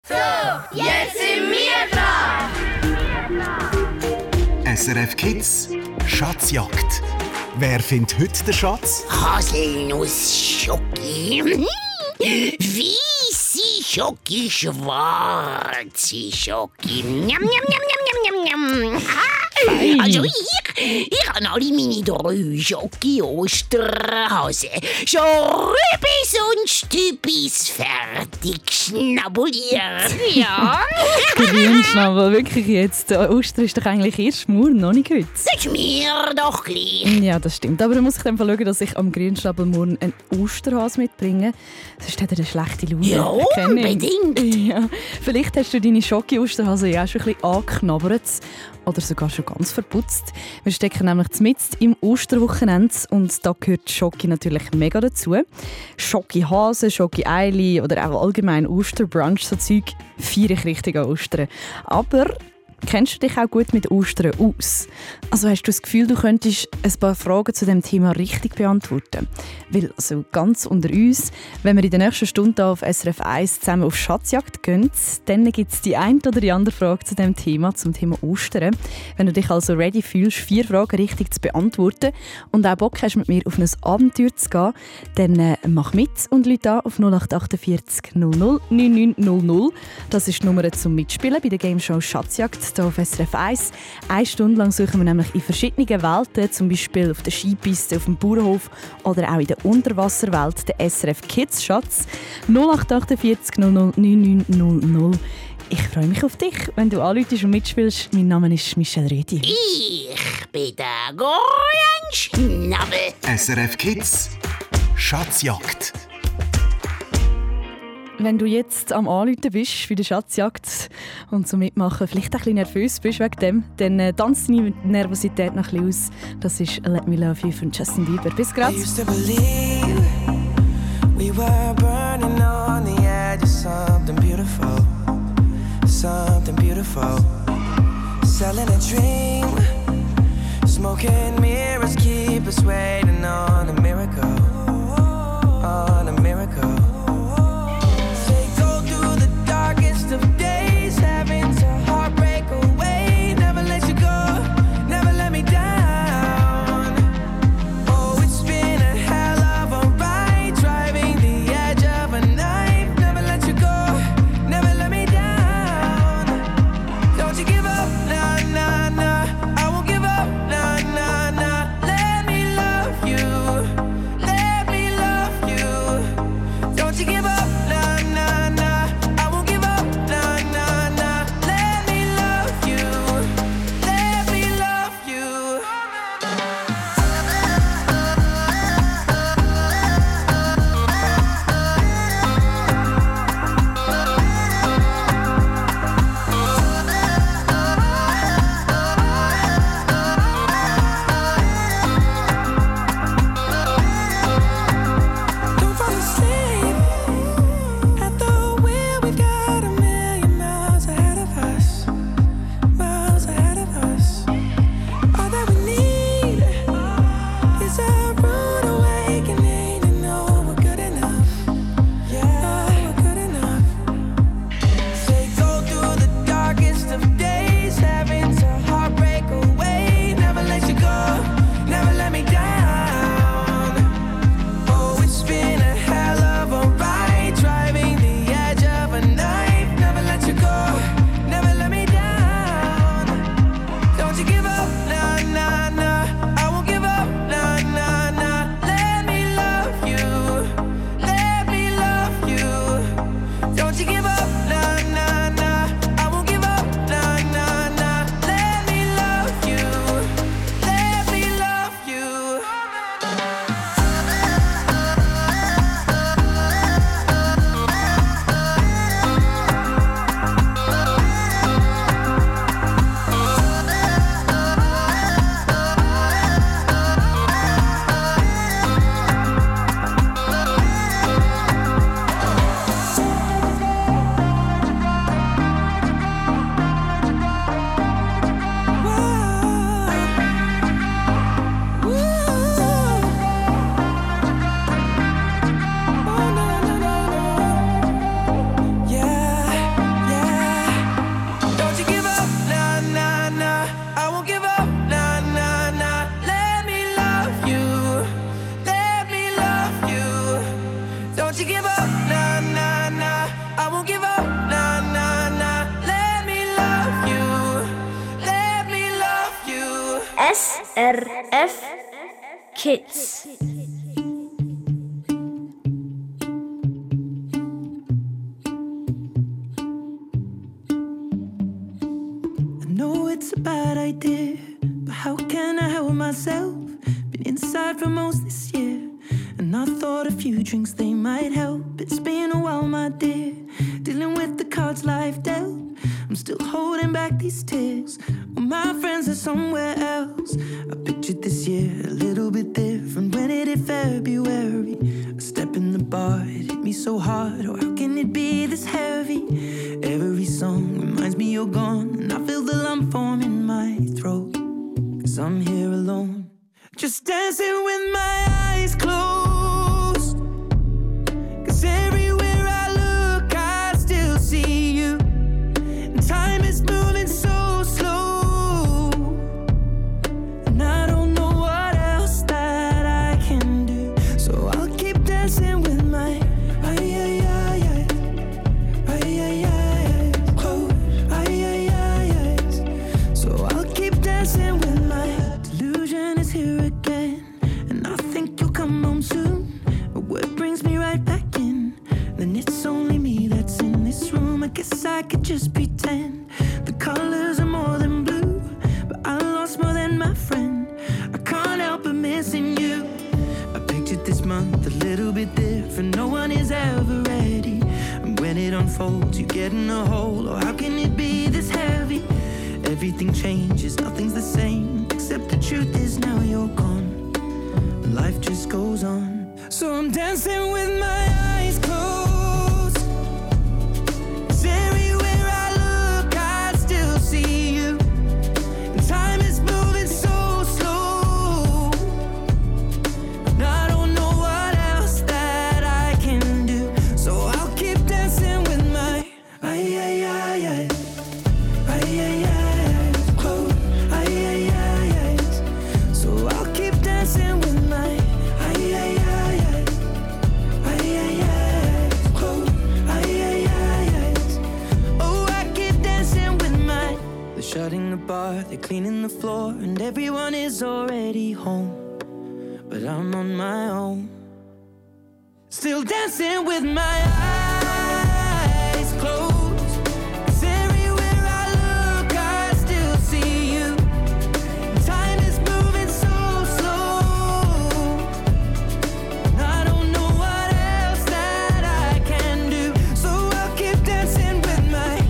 So, jetzt sind wir dran! SRF Kids Schatzjagd. Wer findet heute den Schatz? Haselnuss Schoki. Weisse Schoki, schwarze Schoki. Njam, njam, njam, njam, njam, njam. Also ich habe alle meine 3 Schoki-Osterhasen schon Rübis und Stübis fertig schnabuliert. Ja. Grünschnabel, wirklich jetzt. Ostern ist doch eigentlich erst morgen, noch nicht heute. Das ist mir doch gleich. Ja, das stimmt. Aber dann muss ich dann schauen, dass ich am Grünschnabel morgen einen Osterhase mitbringe. Sonst hat er eine schlechte Laune. Ja, unbedingt. Ja. Vielleicht hast du deine Schoki-Osterhase ja auch schon ein bisschen angeknabbert. Oder sogar schon ganz verputzt. Wir stecken nämlich mitten im Osterwochenende und da gehört Schoki natürlich mega dazu. Schoki-Hase, Schoki-Eili oder auch allgemein Osterbrunch, so Zeug feiere ich richtig an Ostern. Aber kennst du dich auch gut mit Ostern aus? Also hast du das Gefühl, du könntest ein paar Fragen zu diesem Thema richtig beantworten? Weil also ganz unter uns, wenn wir in der nächsten Stunde auf SRF 1 zusammen auf Schatzjagd gehen, dann gibt es die eine oder die andere Frage zu diesem Thema, zum Thema Ostern. Wenn du dich also ready fühlst, 4 Fragen richtig zu beantworten und auch Bock hast, mit mir auf ein Abenteuer zu gehen, dann mach mit und Leute an auf 0848 00 9900. Das ist die Nummer zum Mitspielen bei der Game Show Schatzjagd hier auf SRF 1. 1 Stunde lang suchen wir nämlich in verschiedenen Welten, zum Beispiel auf der Skipiste, auf dem Bauernhof oder auch in der Unterwasserwelt, der SRF Kids Schatz. 0848 00 9900. Ich freue mich auf dich, wenn du anrufst und mitspielst. Mein Name ist Michelle Rüdi. Ich bin der Grünschnabel. SRF Kids Schatzjagd. Wenn du jetzt am Anrufen bist für die Schatzjagd und so mitmachen, vielleicht ein bisschen nervös bist wegen dem, dann tanzt deine Nervosität noch ein bisschen aus. Das ist «Let Me Love You» von Justin Bieber. Bis grad. We were burning on the edge of something beautiful, something beautiful. Selling a dream, smoking mirrors keep us waiting on a miracle, on a miracle. Of days having to heartbreak away, never let you go, never let me down. Oh, it's been a hell of a ride, driving the edge of a knife, never let you go, never let me down. Don't you give up, nah, nah, nah, I won't give up, nah, nah, nah. Let me love you, let SRF Kids. know it's a bad idea, but how can I help myself? Been inside for most this year, and I thought a few drinks they might help. It's been a while, my dear, dealing with the cards life dealt. I'm still holding back these tears, well, my friends are somewhere else. I pictured this year a little bit different when it hit February. A step in the bar, it hit me so hard, oh how can it be this heavy? Every song reminds me you're gone, and I feel the lump form in my throat, 'cause I'm here alone, just dancing with my eyes closed. 'Cause everywhere I look I still see you, and time is moving so slow, and I don't know what else that I can do, so I'll keep dancing with my dancing with my delusion is here again, and I think you'll come home soon. A word brings me right back in, then it's only me that's in this room. I guess I could just pretend the colors are more than blue, but I lost more than my friend. I can't help but missing you. I pictured this month a little bit different, no one is ever ready, and when it unfolds you get in a hole, oh how can it be this heavy? Everything changes, nothing's the same, except the truth is now you're gone, and life just goes on. So I'm dancing with my eyes closed, 'cause everywhere I look I still see you, and time is moving so slow, and I don't know what else that I can do, so I'll keep dancing with my shutting the bar, they're cleaning the floor, and everyone is already home, but I'm on my own, still dancing with my eyes closed, 'cause everywhere I look I still see you, time is moving so slow, and I don't know what else that I can do, so I'll keep dancing with my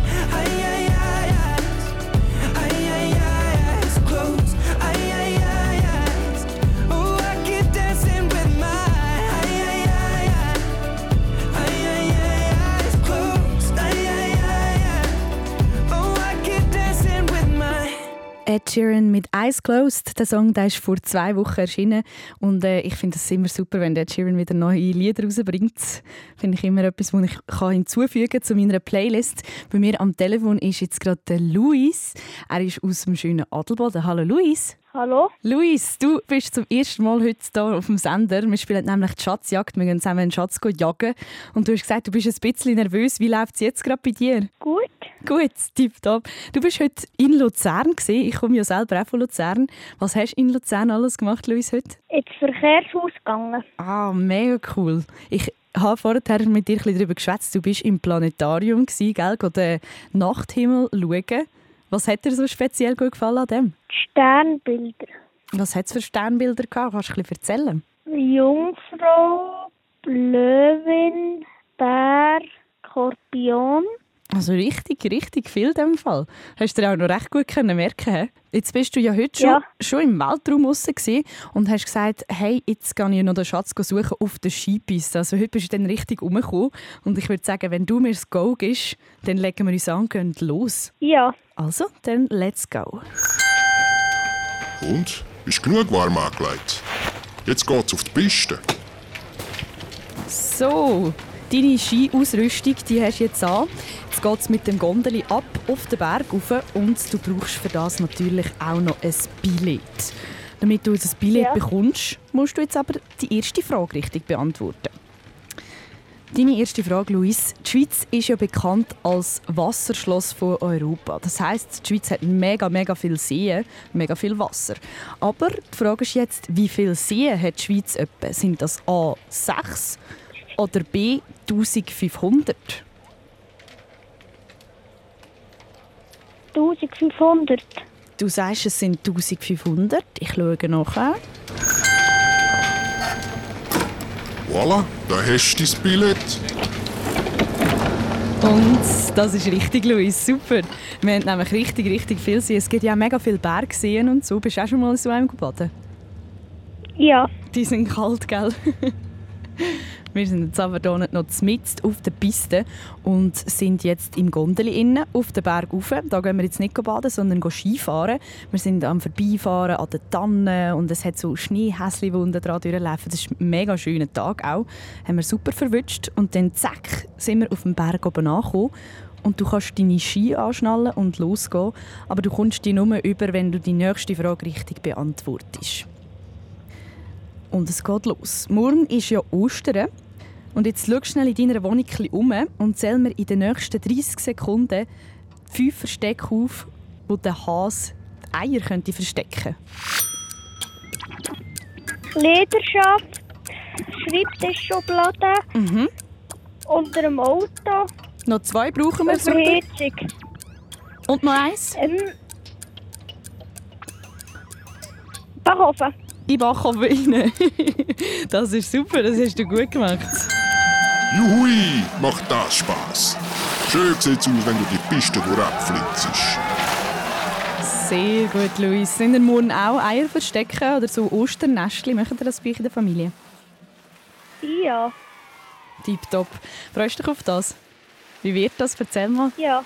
Ed Sheeran mit Eyes Closed. Der Song der ist vor 2 Wochen erschienen und ich finde es immer super, wenn Ed Sheeran wieder neue Lieder rausbringt. Finde ich immer etwas, was ich hinzufügen kann zu meiner Playlist. Bei mir am Telefon ist jetzt gerade der Luis. Er ist aus dem schönen Adelboden. Hallo Luis. Hallo. Luis, du bist zum ersten Mal heute hier auf dem Sender. Wir spielen nämlich die Schatzjagd. Wir gehen zusammen einen Schatz jagen. Und du hast gesagt, du bist ein bisschen nervös. Wie läuft es jetzt gerade bei dir? Gut. Gut, tipptopp. Du bist heute in Luzern gewesen. Ich komme ja selber auch von Luzern. Was hast du in Luzern alles gemacht, Luis, heute? Ins Verkehrshaus gegangen. Ah, mega cool. Ich habe vorher mit dir ein bisschen darüber geschwätzt. Du bist im Planetarium gewesen, gell? Den Nachthimmel schauen. Was hat dir so speziell gut gefallen an dem? Sternbilder. Was hat es für Sternbilder gehabt? Kannst du ein bisschen erzählen? Jungfrau, Löwin, Bär, Skorpion. Also richtig viel in diesem Fall. Hast du dir auch noch recht gut merken können. Jetzt bist du ja heute schon im Weltraum draussen gewesen und hast gesagt, hey, jetzt gehe ich noch den Schatz suchen auf der Skipiste. Also heute bist du dann richtig rumgekommen. Und ich würde sagen, wenn du mir das Go gibst, dann legen wir uns an und gehen los. Ja. Also, dann let's go. Und? Ist genug warm angelegt? Jetzt geht's auf die Piste. So, deine Skiausrüstung die hast du jetzt an. Jetzt geht es mit dem Gondeli ab auf den Berg rauf und du brauchst für das natürlich auch noch ein Billett. Damit du das Billett bekommst, musst du jetzt aber die erste Frage richtig beantworten. Deine erste Frage, Luis. Die Schweiz ist ja bekannt als Wasserschloss von Europa. Das heisst, die Schweiz hat mega viel Seen, mega viel Wasser. Aber die Frage ist jetzt, wie viele Seen hat die Schweiz etwa? Sind das A 6 oder B 1500? 1500. Du sagst, es sind 1500. Ich schaue nachher. Voilà, da hast du dein Billett. Und das ist richtig, Luis. Super. Wir haben nämlich richtig viel Seen. Es gibt ja auch mega viele Bergseen und so. Bist du auch schon mal in so einem gebaden? Ja. Die sind kalt, gell? Wir sind jetzt aber hier noch mitten auf der Piste und sind jetzt im Gondeli innen auf den Berg rauf. Da gehen wir jetzt nicht baden, sondern Skifahren. Wir sind am Vorbeifahren an den Tannen und es hat so Schneehässchen, die unten dran durchlaufen. Das ist ein mega schöner Tag auch. Haben wir super verwünscht und dann zack sind wir auf dem Berg oben angekommen. Und du kannst deine Ski anschnallen und losgehen, aber du kommst die nur über, wenn du die nächste Frage richtig beantwortest. Und es geht los. Morgen ist ja Ostern. Und jetzt schau schnell in deiner Wohnung um und zähl mir in den nächsten 30 Sekunden 5 Verstecke auf, wo der Hase die Eier könnte verstecken könnte. Lederschaft, Schreibtischschublade, unter dem Auto, Noch 2 brauchen wir. Super. Verheizung. Und noch eins? Backofen. In den Backofen rein. Das ist super, das hast du gut gemacht. Juhui, macht das Spass. Schön sieht's aus, wenn du die Piste durchflitzest. Sehr gut, Luis. Sind ihr morgen auch Eier verstecken oder so Osternestchen? Machen ihr das bei euch in der Familie? Ja. Tipptopp. Freust du dich auf das? Wie wird das? Erzähl mal. Ja.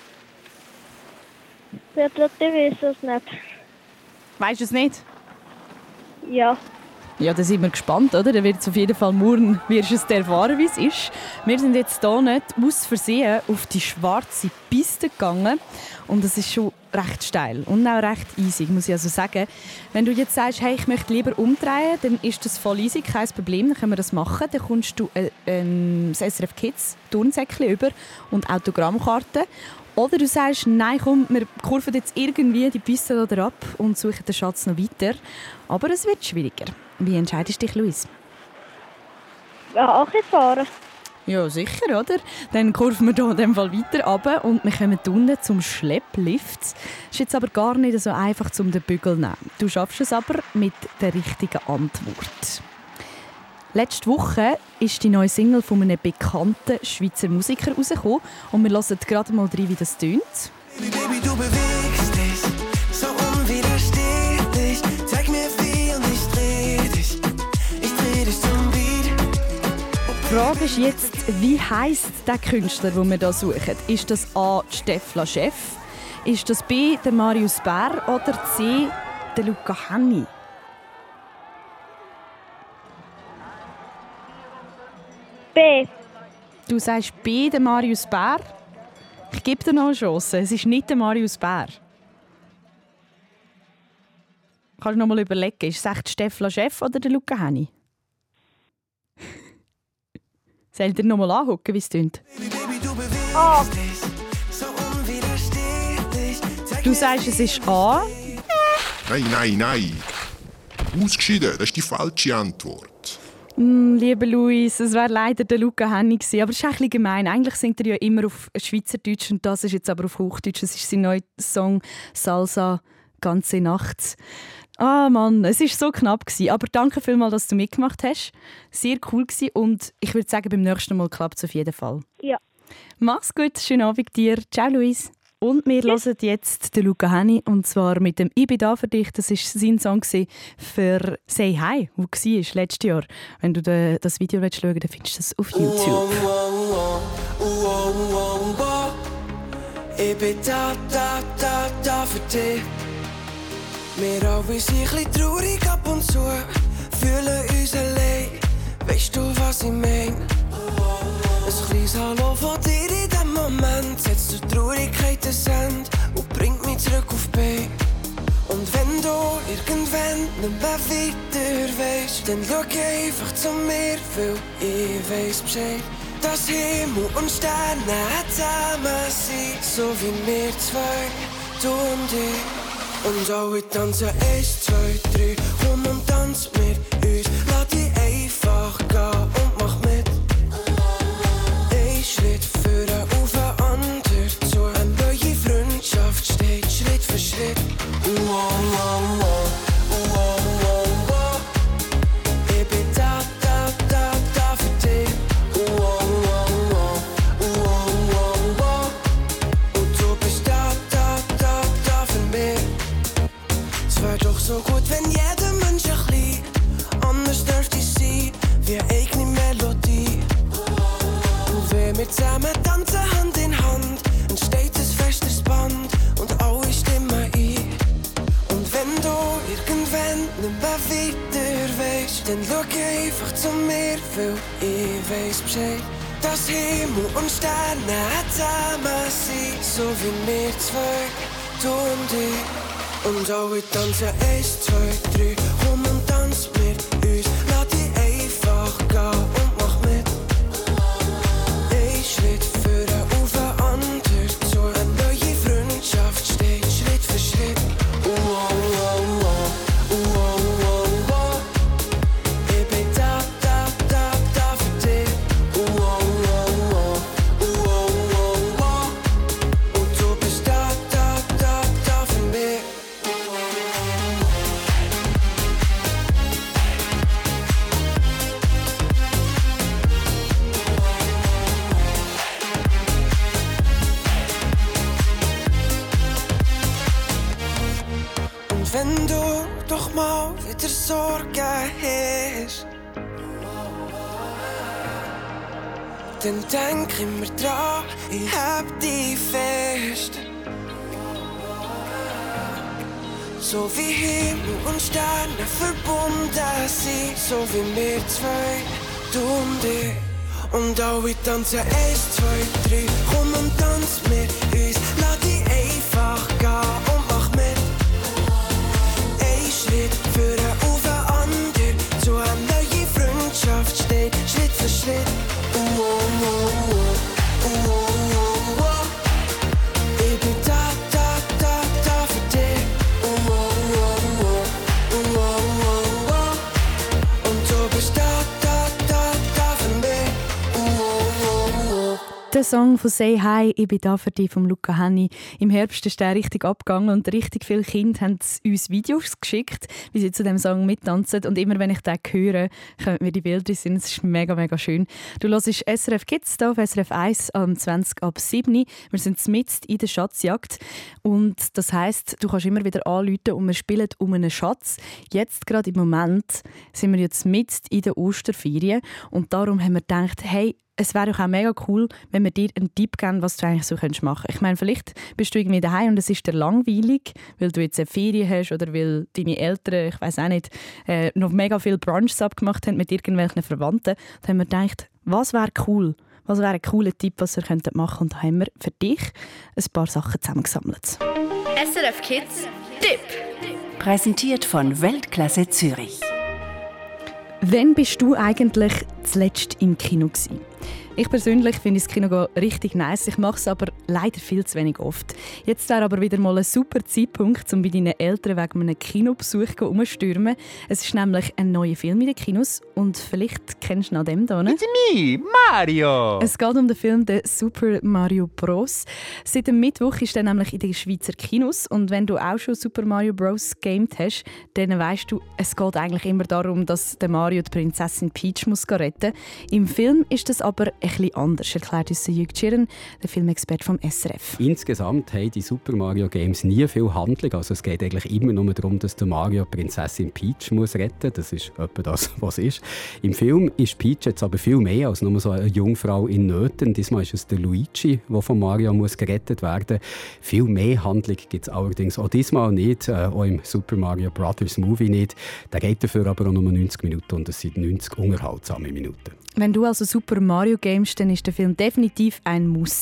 Ich weiß es nicht. Weißt du es nicht? Ja. Ja, da sind wir gespannt, oder? Dann wird es auf jeden Fall morgen, wirst du es erfahren, wie es ist. Wir sind jetzt hier nicht aus Versehen auf die schwarze Piste gegangen. Und es ist schon recht steil und auch recht easy, muss ich also sagen. Wenn du jetzt sagst, hey, ich möchte lieber umdrehen, dann ist das voll easy, kein Problem, dann können wir das machen. Dann kommst du das SRF Kids Turnsäckchen über und Autogrammkarten. Oder du sagst, nein, komm, wir kurven jetzt irgendwie die Piste oder ab und suchen den Schatz noch weiter. Aber es wird schwieriger. Wie entscheidest du dich, Luis? Ja, auch fahren. Ja, sicher, oder? Dann kurven wir hier in dem Fall weiter runter und wir kommen unten zum Schlepplift. Das ist jetzt aber gar nicht so einfach, um den Bügel zu nehmen. Du schaffst es aber mit der richtigen Antwort. Letzte Woche ist die neue Single von einem bekannten Schweizer Musiker rausgekommen und wir hören gerade mal rein, wie das tönt. Baby, du bewegst dich so unwiderstehlich. Zeig mir wie und ich dreh dich zum Beat. Die Frage ist jetzt, wie heisst der Künstler, den wir hier suchen? Ist das A. Steffla Chef? Ist das B. der Marius Bär oder C. der Luca Henny? B. Du sagst B, der Marius Bär. Ich gebe dir noch eine Chance. Es ist nicht der Marius Bär. Kannst du noch mal überlegen, ist es echt Steffla Chef oder der Luca Henny? Soll ich dir noch mal angucken, wie es tönt? A. Du sagst, es ist A. Nein. Ausgeschieden, das ist die falsche Antwort. Lieber Luis, es wäre leider der Luca Henny gewesen, aber es ist ein bisschen gemein. Eigentlich singt er ja immer auf Schweizerdeutsch und das ist jetzt aber auf Hochdeutsch. Das ist sein neuer Song «Salsa, ganze Nacht». Ah Mann, es war so knapp gewesen. Aber danke vielmals, dass du mitgemacht hast. Sehr cool gewesen und ich würde sagen, beim nächsten Mal klappt es auf jeden Fall. Ja. Mach's gut, schönen Abend dir. Ciao Luis. Und wir hören jetzt den Luca Henny und zwar mit dem «Ich bin da für dich». Das war sein Song für «Say Hi», der war letztes Jahr. Wenn du das Video schauen willst, dann findest du das auf YouTube. Ich bin da für dich. Wir alle sind ein bisschen traurig ab und zu, fühlen uns allein. Weißt du, was ich mein? Ein kleines Hallo von dir in dem Moment setzt die Traurigkeit ins Ende und bringt mich zurück auf Bein. Und wenn du irgendwann nicht mehr weiter weisst, dann schau einfach zu mir, weil ich weiss Bescheid. dass Himmel und Sterne zusammen sind, so wie wir zwei, du und ich. Und alle tanzen 1, 2, 3, komm und tanz mit uns. Lass dich einfach gehen und mach mit. Ein Schritt führen auf den anderen zu. Eine neue Freundschaft steht Schritt für Schritt. Ich bin da für dich. Und du bist da für mich. Es wär doch so gut, wenn jeder Mensch ein bisschen anders dürfte sein, wie eine eigene Melodie. Und wenn wir zusammen tanzen Hand in Hand, entsteht ein festes Band und alle stimmen ein. Und wenn du irgendwann nicht mehr weiter weisst, dann schau einfach zu mir, weil ich weiss Bescheid. Dass Himmel und Sterne zusammen sind, so wie wir zwei, du und ich. Und alle tanzen 1, 2, 3, komm und tanz mit uns. Lass dich einfach gehen und mach mit. Ein Schritt führen auf den anderen zu. Eine neue Freundschaft steht Schritt für Schritt. Ich bin da für dich. Und du bist da für mich. Und wenn du doch mal wieder Sorgen hast, dann denk immer dran, ich hab dich fest. So wie Himmel und Sterne verbunden sind, so wie wir zwei, du und ich. Und alle tanzen 1, 2, 3, komm und tanz mit uns. Lass dich einfach gehen und mach mit. Ein Schritt führen auf den anderen zu. Eine neue Freundschaft steht Schritt für Schritt. Ich bin da für dich. Und du bist da für mich. Der Song von «Say Hi, ich bin da für dich» von Luca Hänni. Im Herbst ist der richtig abgegangen und richtig viele Kinder haben uns Videos geschickt, wie sie zu dem Song mittanzen. Und immer wenn ich den höre, kommen mir die Bilder in den Sinn. Es ist mega, mega schön. Du hörst SRF Kids hier auf SRF 1 am 20 ab 7. Wir sind mitten in der Schatzjagd. Und das heisst, du kannst immer wieder anrufen und wir spielen um einen Schatz. Jetzt gerade im Moment sind wir jetzt mitten in der Osterferien. Und darum haben wir gedacht, hey, es wäre doch auch mega cool, wenn wir dir einen Tipp geben, was du eigentlich so machen könntest. Ich meine, vielleicht bist du irgendwie daheim und es ist dir langweilig, weil du jetzt eine Ferien hast oder weil deine Eltern, ich weiß auch nicht, noch mega viel Brunches abgemacht haben mit irgendwelchen Verwandten. Da haben wir gedacht, was wäre cool? Was wäre ein cooler Tipp, was wir machen könnten? Und da haben wir für dich ein paar Sachen zusammengesammelt. SRF Kids Tipp. Präsentiert von Weltklasse Zürich. Wann bist du eigentlich zuletzt im Kino gewesen? Ich persönlich finde das Kino richtig nice. Ich mache es aber leider viel zu wenig oft. Jetzt wäre aber wieder mal ein super Zeitpunkt, um bei deinen Eltern wegen einem Kinobesuch umzustürmen. Es ist nämlich ein neuer Film in den Kinos und vielleicht kennst du noch den hier. It's me, Mario! Es geht um den Film «The Super Mario Bros.». Seit dem Mittwoch ist er nämlich in den Schweizer Kinos und wenn du auch schon Super Mario Bros. Gamed hast, dann weißt du, es geht eigentlich immer darum, dass der Mario die Prinzessin Peach muss retten muss. Im Film ist das aber ein bisschen anders, erklärt uns Jürg Tschirren, der Filmexperte vom SRF. Insgesamt haben die Super Mario Games nie viel Handlung. Also es geht eigentlich immer nur darum, dass der Mario Prinzessin Peach muss retten muss. Das ist etwa das, was ist. Im Film ist Peach jetzt aber viel mehr als nur so eine Jungfrau in Nöten. Diesmal ist es der Luigi, der von Mario muss gerettet werden muss. Viel mehr Handlung gibt es allerdings auch diesmal nicht, auch im Super Mario Brothers Movie nicht. Der geht dafür aber auch nur 90 Minuten und es sind 90 unterhaltsame Minuten. Wenn du also Super Mario gamest, dann ist der Film definitiv ein Muss.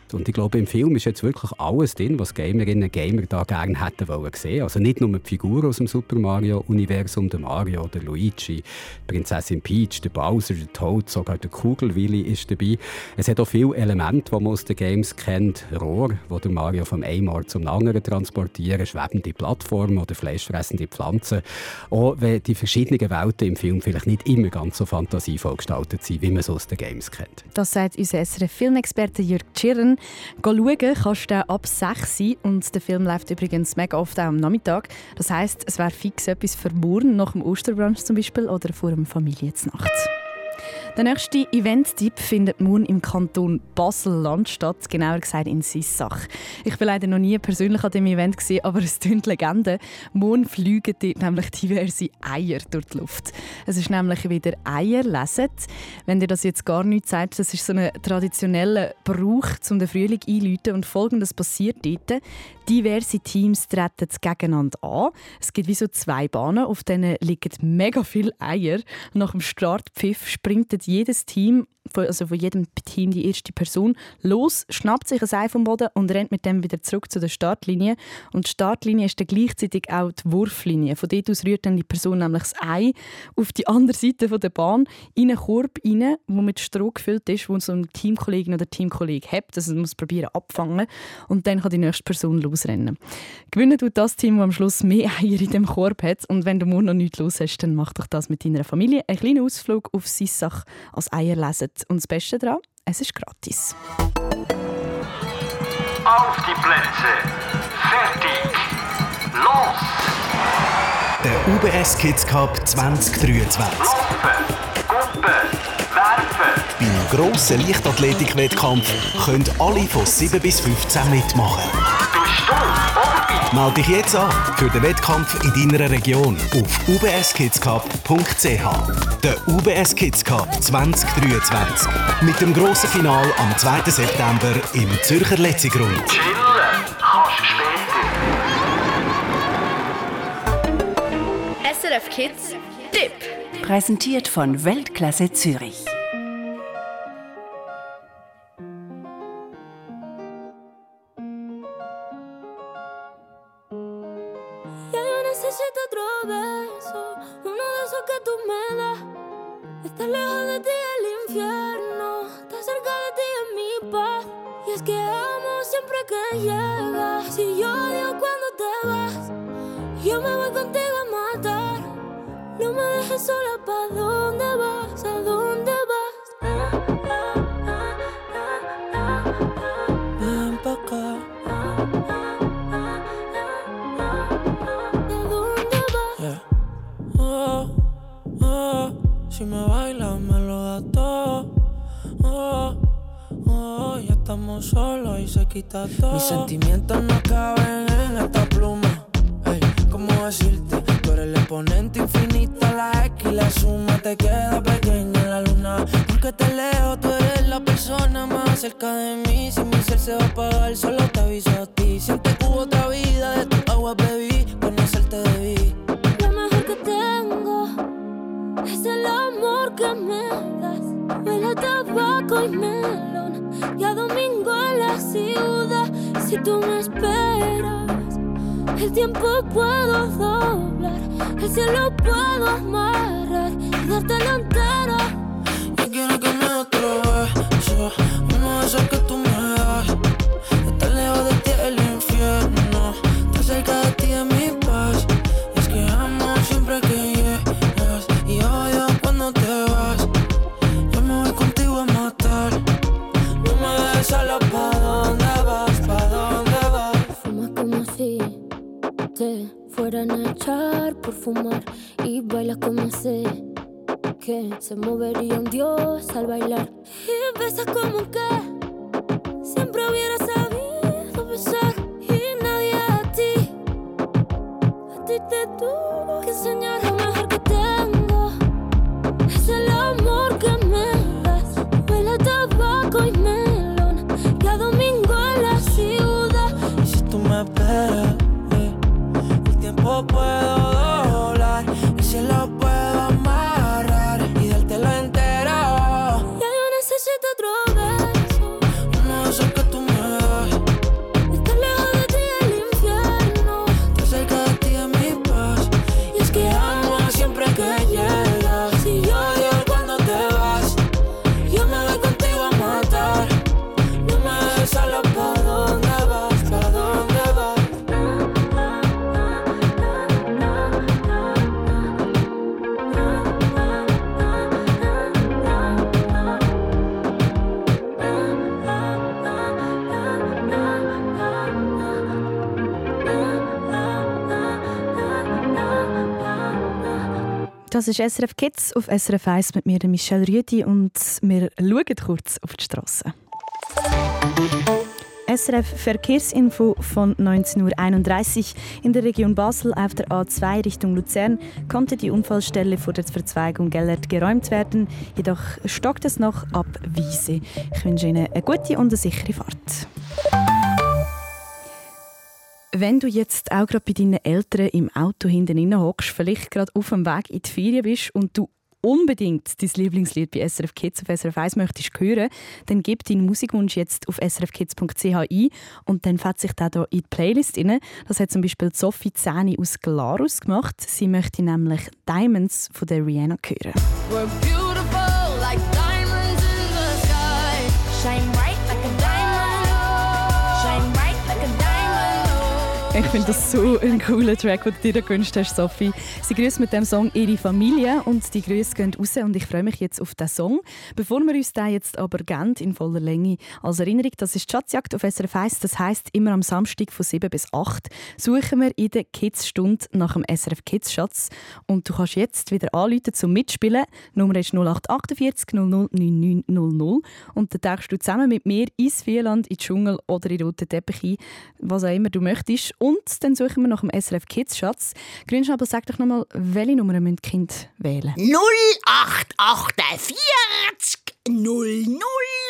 Und ich glaube, im Film ist jetzt wirklich alles drin, was Gamerinnen und Gamer da gerne hätten wollen sehen. Also nicht nur die Figuren aus dem Super Mario-Universum, der Mario, der Luigi, Prinzessin Peach, der Bowser, der Toad, sogar der Kugelwilli ist dabei. Es hat auch viele Elemente, die man aus den Games kennt. Rohr, wo der Mario vom einen Ort zum anderen transportieren, schwebende Plattformen oder fleischfressende Pflanzen. Auch wenn die verschiedenen Welten im Film vielleicht nicht immer ganz so fantasievoll gestaltet sind, wie man es aus den Games kennt. Das sagt unser SRF-Filmexperte Jürg Tschirren. Schauen kannst du ab 6 Uhr und der Film läuft übrigens mega oft auch am Nachmittag. Das heisst, es wäre fix etwas für morgen, nach dem Osterbrunch zum Beispiel oder vor einem Familiennacht. Der nächste Event-Tipp findet morgen im Kanton Basel-Land statt, genauer gesagt in Sissach. Ich war leider noch nie persönlich an diesem Event, aber es tönt Legende. Morgen fliegen dort nämlich diverse Eier durch die Luft. Es ist nämlich wieder Eierlesen. Wenn dir das jetzt gar nichts sagt, das ist so ein traditioneller Brauch, um den Frühling einzuläuten. Und Folgendes passiert dort. Diverse Teams treten gegeneinander an. Es gibt wie so 2 Bahnen, auf denen liegen mega viele Eier. Nach dem Startpfiff springt jedes Team, also von jedem Team die erste Person, los, schnappt sich ein Ei vom Boden und rennt mit dem wieder zurück zu der Startlinie. Und die Startlinie ist dann gleichzeitig auch die Wurflinie. Von dort aus rührt dann die Person nämlich das Ei auf die andere Seite der Bahn in einen Korb rein, der mit Stroh gefüllt ist, wo so ein Teamkollegin oder Teamkollege hat. Also man muss probieren abfangen und dann kann die nächste Person losrennen. Gewinnen tut das Team, das am Schluss mehr Eier in dem Korb hat. Und wenn du morgen noch nichts los hast, dann mach doch das mit deiner Familie. Ein kleiner Ausflug auf Sissach als Eierlesen. Und das Beste daran, es ist gratis. Auf die Plätze. Fertig. Los. Der UBS Kids Cup 2023. Laufen. Gumpen. Werfen. Beim grossen Leichtathletik-Wettkampf können alle von 7 bis 15 mitmachen. Bist du oder bin Melde dich jetzt an für den Wettkampf in deiner Region auf ubskidscup.ch. Der UBS Kids Cup 2023. Mit dem grossen Finale am 2. September im Zürcher Letzigrund. Chillen kannst später. SRF Kids Tipp. Präsentiert von Weltklasse Zürich. Ya yo necesito otro beso, uno de esos que tú me das. Estar lejos de ti es el infierno, estar cerca de ti es mi paz. Y es que amo siempre que llegas, si yo odio cuando te vas. Yo me voy contigo a matar, no me dejes sola, ¿pa' dónde vas? ¿A dónde vas? Ven pa' acá. Si me bailas me lo das todo. Ya estamos solos y se quita todo. Mis sentimientos no caben en esta pluma. Ey, ¿cómo decirte? Tú eres el exponente infinito, la X y la suma te queda pequeña en la luna. Porque te leo, tú eres la persona más cerca de mí. Si mi ser se va a apagar, solo te aviso a ti. Siente que hubo otra vida, de tu agua bebí, conocerte debí. Lo mejor que tengo es el amor que me das. Huele a tabaco y melón y a domingo en la ciudad. Si tú me esperas, el tiempo puedo doblar, el cielo puedo amarrar y dártelo entero. Yo quiero que me des otro beso, uno de esos que tú me das. Estar lejos de ti es el infierno, estar cerca de ti es mi paz. Es que amo siempre que llegas y odio cuando te vas. Yo me voy contigo a matar, no me dejes sola, ¿pa' dónde vas? ¿Pa' dónde vas? Fumas como si te fueran a echar por fumar y bailas como sé que se movería un dios al bailar. Y besas como que siempre hubiera sabido besar y nadie a ti te tuvo que enseñar. Lo mejor que tengo es el amor que me das. Huele a tabaco y melón y a domingo en la ciudad. Y si tú me esperas, el tiempo puedo doblar, el cielo puedo amarrar y dártelo entero. Ya yo necesito otro beso, uno de esos que tú me Das ist SRF Kids auf SRF 1 mit mir, Michelle Rüdi, und wir schauen kurz auf die Strasse. SRF Verkehrsinfo von 19:31 Uhr. In der Region Basel auf der A2 Richtung Luzern konnte die Unfallstelle vor der Verzweigung Gellert geräumt werden. Jedoch stockt es noch ab Wiese. Ich wünsche Ihnen eine gute und eine sichere Fahrt. Wenn du jetzt auch gerade bei deinen Eltern im Auto hinten hockst, vielleicht gerade auf dem Weg in die Ferien bist und du unbedingt dein Lieblingslied bei SRF Kids auf SRF 1 möchtest hören, dann gib deinen Musikwunsch jetzt auf srfkids.ch ein und dann fährt sich der hier in die Playlist rein. Das hat zum Beispiel Sophie Zähni aus Glarus gemacht. Sie möchte nämlich «Diamonds» von der Rihanna hören. We're beautiful like diamonds in the sky. Shine bright like a diamond. Shine bright like a diamond. Ich finde das so ein cooler Track, den du dir gewünscht hast, Sophie. Sie grüßt mit dem Song ihre Familie und die Grüße gehen raus und ich freue mich jetzt auf diesen Song. Bevor wir uns den jetzt aber geben, in voller Länge, als Erinnerung, das ist die Schatzjagd auf SRF 1. Das heisst, immer am Samstag von 7 bis 8 suchen wir in der Kids-Stunde nach dem SRF Kids-Schatz. Und du kannst jetzt wieder anrufen zum Mitspielen. Die Nummer ist 0848 00 99 00. Und dann tauchst du zusammen mit mir ins Vierland, in den Dschungel oder in den roten Teppich ein, was auch immer du möchtest. Und dann suchen wir nach dem SRF Kids-Schatz. Grünschnabel, sag doch nochmal, welche Nummer müssen die Kinder wählen? 0848 00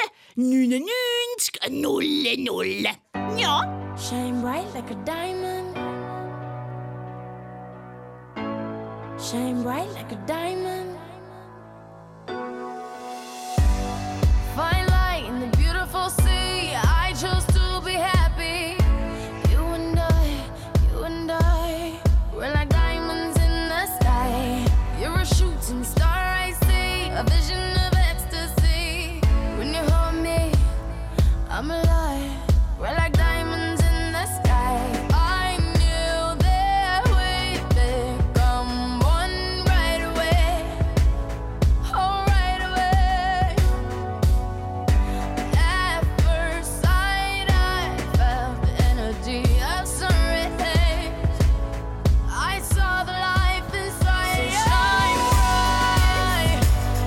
99 00. Ja. Shine bright like a diamond. Shine bright like a diamond. Fine light in the beautiful sea. I chose to be happy. You and I, we're like diamonds in the sky. You're a shooting star I see, a vision of ecstasy. When you hold me, I'm alive. We're like diamonds in the sky. I knew that we'd become one right away. Oh, right away. At first sight, I felt the energy of sun rays. I saw the life inside you. Shine bright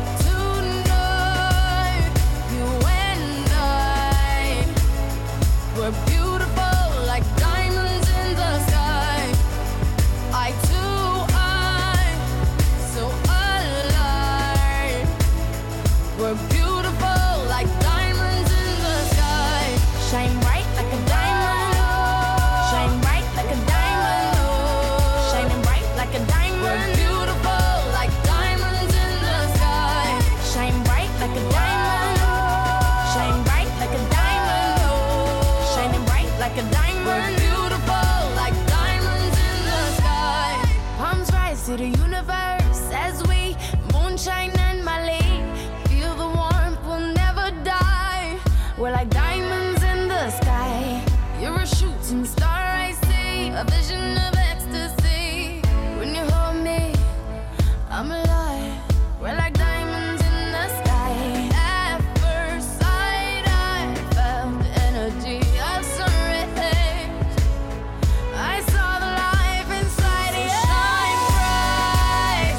tonight. You and I, we're beautiful like diamonds in the sky. I too, I'm so alive. We're beautiful like diamonds in the sky. Shine bright like a diamond. Shine bright like a diamond. Shining bright like a diamond. We're beautiful like diamonds in the sky. Shine bright like a diamond. Shine bright like a diamond. Shining bright like a diamond. We're beautiful like diamonds in the sky. Palms rise to the universe as we moonshine and Malay. Feel the warmth, we'll never die. We're like diamonds in the sky. You're a shooting star I see, a vision of ecstasy. When you hold me, I'm alive. We're like diamonds in the sky. At first sight, I felt the energy of sun rays. I saw the life inside you. Shine bright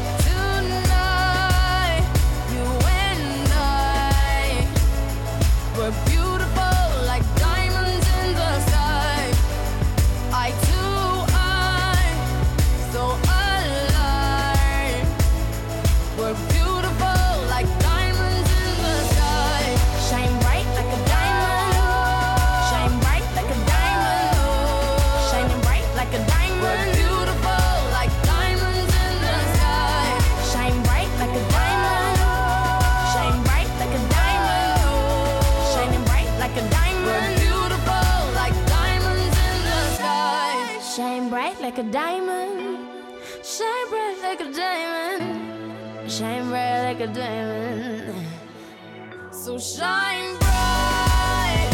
tonight. You and I, we're beautiful like diamonds in the sky. I too, I'm so alive. We're beautiful like diamonds in the sky. Shine bright like a diamond. Shine bright like a diamond. Shining bright like a diamond. We're beautiful like diamonds in the sky. Shine bright like a diamond. Shine bright like a diamond. Shining bright like a diamond. We're beautiful like diamonds in the sky. Shine bright like a diamond. Shine bright like a diamond. Shine bright like a diamond. So shine bright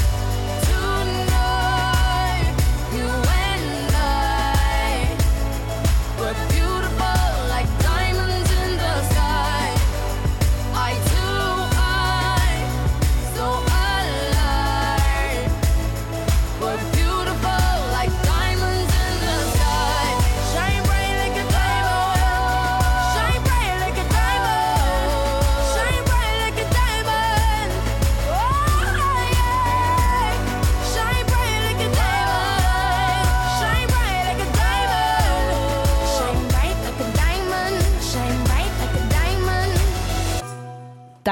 tonight. You and I, we're beautiful like diamonds in the sky. I too, I'm so alive. We're beautiful like diamonds in the sky. Shine bright like a diamond. Shine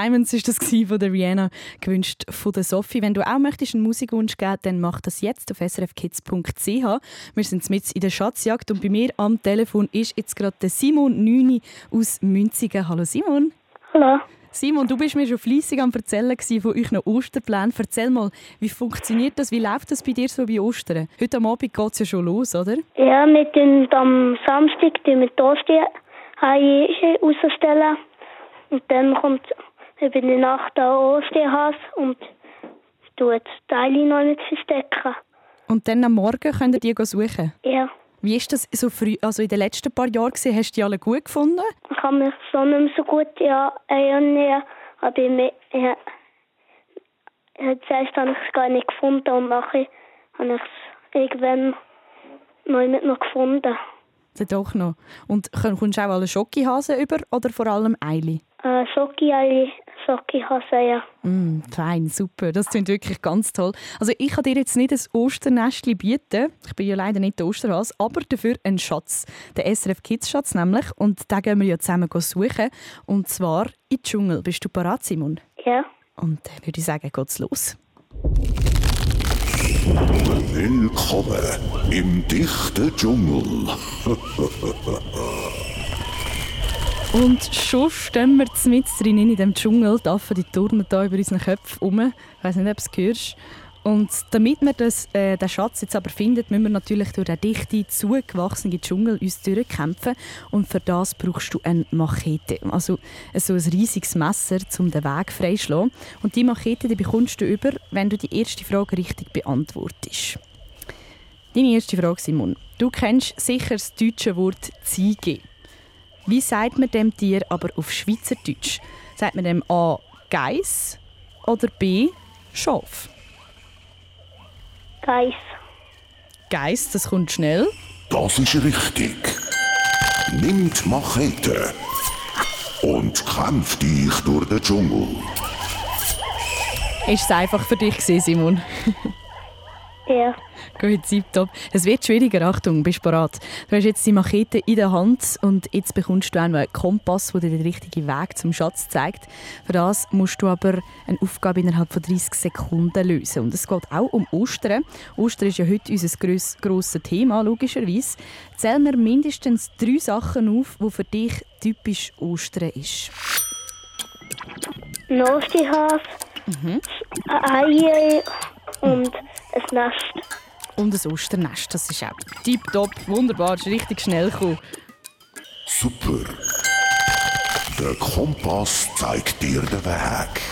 Diamonds war das von der Rihanna, gewünscht von der Sophie. Wenn du auch möchtest einen Musikwunsch geben, dann mach das jetzt auf srfkids.ch. Wir sind mitten in der Schatzjagd und bei mir am Telefon ist jetzt gerade der Simon Nüni aus Münzigen. Hallo Simon. Hallo. Simon, du bist mir schon fleissig am Erzählen von euch noch Osterplänen. Erzähl mal, wie funktioniert das? Wie läuft das bei dir so bei Ostern? Heute am Abend geht es ja schon los, oder? Ja, wir tun am Samstag die Ostern rausstellen. Und dann kommt über die Nacht der Osterhase und tut Teile noch nicht verstecken. Und dann am Morgen könnt ihr die suchen? Ja. Wie ist das so früh, also in den letzten paar Jahren gewesen? Hast du die alle gut gefunden? Ich habe mich so nicht mehr so gut erinnern, aber zuerst habe ich es gar nicht gefunden und nachher habe ich es irgendwann noch gefunden. Doch noch. Und kommst du auch alle Schokihasen über oder vor allem Eili? Schokihasen, ja. Fein, super. Das klingt wirklich ganz toll. Also ich kann dir jetzt nicht ein Osternestchen bieten. Ich bin ja leider nicht der Osterhase, aber dafür einen Schatz. Den SRF Kids Schatz nämlich. Und den gehen wir ja zusammen suchen. Und zwar in den Dschungel. Bist du bereit, Simon? Ja. Und dann würde ich sagen, geht's los. Willkommen im dichten Dschungel. Und schon stehen wir mitten drin in diesem Dschungel. Die Affen die turnen hier über unseren Köpfen herum. Ich weiss nicht, ob du es hörst. Und damit wir den Schatz jetzt aber finden, müssen wir natürlich durch den dichten, zugewachsenen Dschungel uns durchkämpfen. Und für das brauchst du eine Machete. Also so ein riesiges Messer, um den Weg freizuschlagen. Und diese Machete die bekommst du über, wenn du die erste Frage richtig beantwortest. Deine erste Frage, Simon. Du kennst sicher das deutsche Wort Ziege. Wie sagt man dem Tier aber auf Schweizerdeutsch? Sagt man dem A. Geiss oder B. Schaf? Geiss. Geiss, das kommt schnell. Das ist richtig. Nimm die Machete und kämpf dich durch den Dschungel. Ist es einfach für dich gewesen, Simon? Ja. Gut, tipptopp. Es wird schwieriger, Achtung, bist du bereit? Du hast jetzt die Machete in der Hand und jetzt bekommst du auch noch einen Kompass, der dir den richtigen Weg zum Schatz zeigt. Für das musst du aber eine Aufgabe innerhalb von 30 Sekunden lösen. Und es geht auch um Ostern. Ostern ist ja heute unser grosses Thema, logischerweise. Zähl mir mindestens 3 Sachen auf, die für dich typisch Ostern ist. Ein Osterhase, Eier und ein Nest. Und ein Osternest, das ist auch tipptopp, wunderbar, ist richtig schnell gekommen. Super. Der Kompass zeigt dir den Weg.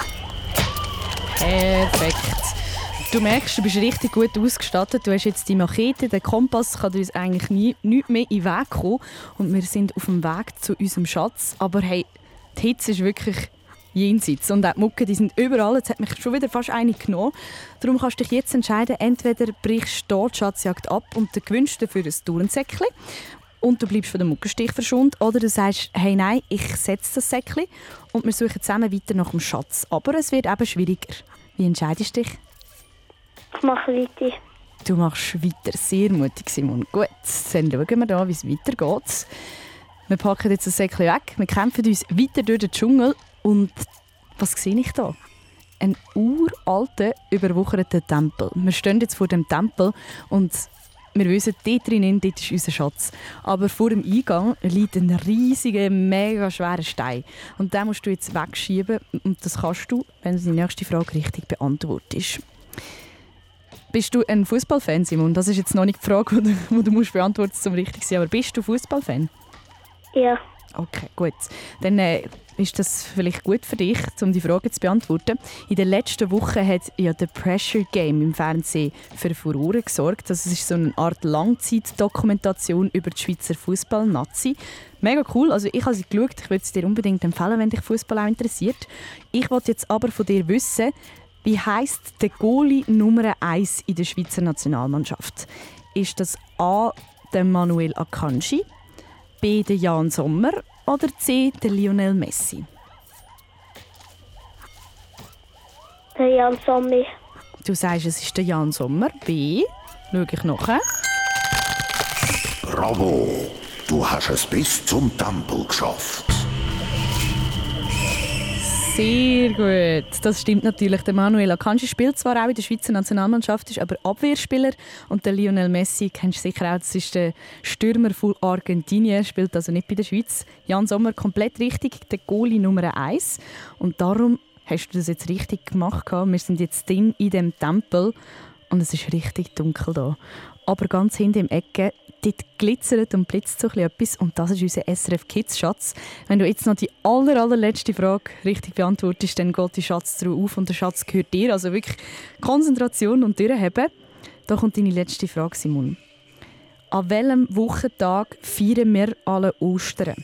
Perfekt. Du merkst, du bist richtig gut ausgestattet. Du hast jetzt die Machete, der Kompass kann uns eigentlich nicht mehr in den Weg kommen. Und wir sind auf dem Weg zu unserem Schatz. Aber hey, die Hitze ist wirklich jenseits. Und auch die Mucke, die sind überall. Jetzt hat mich schon wieder fast eine genommen. Darum kannst du dich jetzt entscheiden, entweder brichst du die Schatzjagd ab und du gewünscht dafür ein Turnsäckchen und du bleibst von dem Muckenstich verschont, oder du sagst, hey nein, ich setze das Säckchen und wir suchen zusammen weiter nach dem Schatz. Aber es wird eben schwieriger. Wie entscheidest du dich? Ich mache weiter. Du machst weiter. Sehr mutig, Simon. Gut, dann schauen wir da, wie es weitergeht. Wir packen jetzt das Säckchen weg, wir kämpfen uns weiter durch den Dschungel. Und was sehe ich da? Ein uralter, überwucherter Tempel. Wir stehen jetzt vor dem Tempel und wir wissen, dort drinnen ist unser Schatz. Aber vor dem Eingang liegt ein riesiger, mega schwerer Stein. Und den musst du jetzt wegschieben. Und das kannst du, wenn du die nächste Frage richtig beantwortest. Bist du ein Fußballfan, Simon? Das ist jetzt noch nicht die Frage, die du musst beantworten musst, um richtig zu sein. Aber bist du Fußballfan? Ja. Okay, gut. Dann ist das vielleicht gut für dich, um die Frage zu beantworten. In der letzten Woche hat ja The Pressure Game im Fernsehen für Furore gesorgt. Das ist so eine Art Langzeitdokumentation über die Schweizer Fußball-Nazi. Mega cool. Also ich habe sie geschaut. Ich würde es dir unbedingt empfehlen, wenn dich Fußball auch interessiert. Ich wollte jetzt aber von dir wissen, wie heisst der Goalie Nummer 1 in der Schweizer Nationalmannschaft? Ist das A. der Manuel Akanji, B. der Jan Sommer oder C. der Lionel Messi? Der Jan Sommer. Du sagst, es ist der Jan Sommer. B. Schau ich nachher. Bravo! Du hast es bis zum Tempel geschafft. Sehr gut. Das stimmt natürlich. Der Manuel Akanji spielt zwar auch in der Schweizer Nationalmannschaft, ist aber Abwehrspieler. Und der Lionel Messi, kennst du sicher auch, das ist der Stürmer von Argentinien, spielt also nicht bei der Schweiz. Jan Sommer, komplett richtig, der Goalie Nummer 1. Und darum hast du das jetzt richtig gemacht. Wir sind jetzt drin in diesem Tempel und es ist richtig dunkel da. Aber ganz hinten im Ecke, dort glitzert und blitzt so etwas und das ist unser SRF Kids Schatz. Wenn du jetzt noch die allerletzte Frage richtig beantwortest, dann geht die Schatztruhe auf und der Schatz gehört dir. Also wirklich Konzentration und durchheben. Da kommt deine letzte Frage, Simon. An welchem Wochentag feiern wir alle Ostern?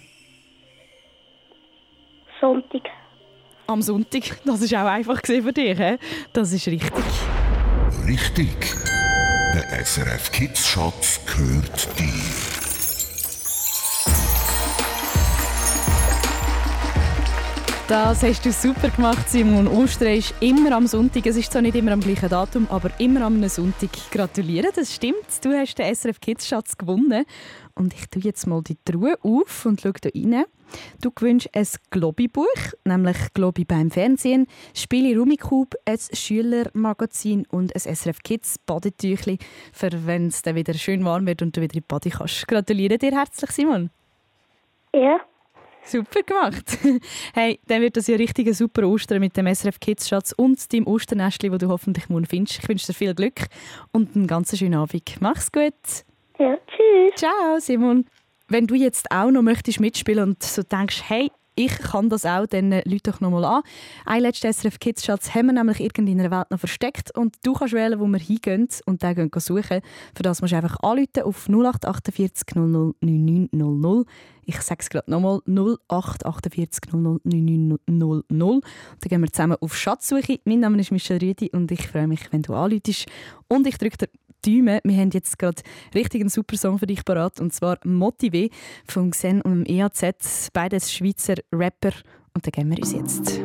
Sonntag. Am Sonntag. Das ist auch einfach für dich, he? Das ist richtig. Richtig. Der SRF Kids Schatz gehört dir. Das hast du super gemacht, Simon. Ostern ist immer am Sonntag. Es ist zwar nicht immer am gleichen Datum, aber immer am Sonntag. Gratuliere, das stimmt. Du hast den SRF Kids Schatz gewonnen. Und ich tue jetzt mal die Truhe auf und schaue da rein. Du gewünscht ein Globi-Buch, nämlich Globi beim Fernsehen, Spiele Rummikub, ein Schülermagazin und ein SRF Kids Badetüchli, für wenn es dann wieder schön warm wird und du wieder in die Bade kannst. Gratuliere dir herzlich, Simon. Ja. Super gemacht. Hey, dann wird das ja richtig ein super Ostern mit dem SRF Kids Schatz und deinem Osternestli, das du hoffentlich morgen findest. Ich wünsche dir viel Glück und einen ganz schönen Abend. Mach's gut. Ja, tschüss. Ciao, Simon. Wenn du jetzt auch noch möchtest mitspielen und so denkst, hey, ich kann das auch, dann lüt doch noch mal an. Einen letzten SRF Kids Schatz haben wir nämlich irgendwie in einer Welt noch versteckt und du kannst wählen, wo wir hingehen und den gehen suchen. Für das musst du einfach anrufen auf 0848 00 9900. Ich sage es gerade nochmal, 0848 00 9900. Dann gehen wir zusammen auf Schatzsuche. Mein Name ist Michelle Rüdi und ich freue mich, wenn du anrufst. Und ich drücke dir Däume. Wir haben jetzt gerade richtig einen super Song für dich parat, und zwar «Motivé» von Xen und dem EAZ, beides Schweizer Rapper. Und da gehen wir uns jetzt.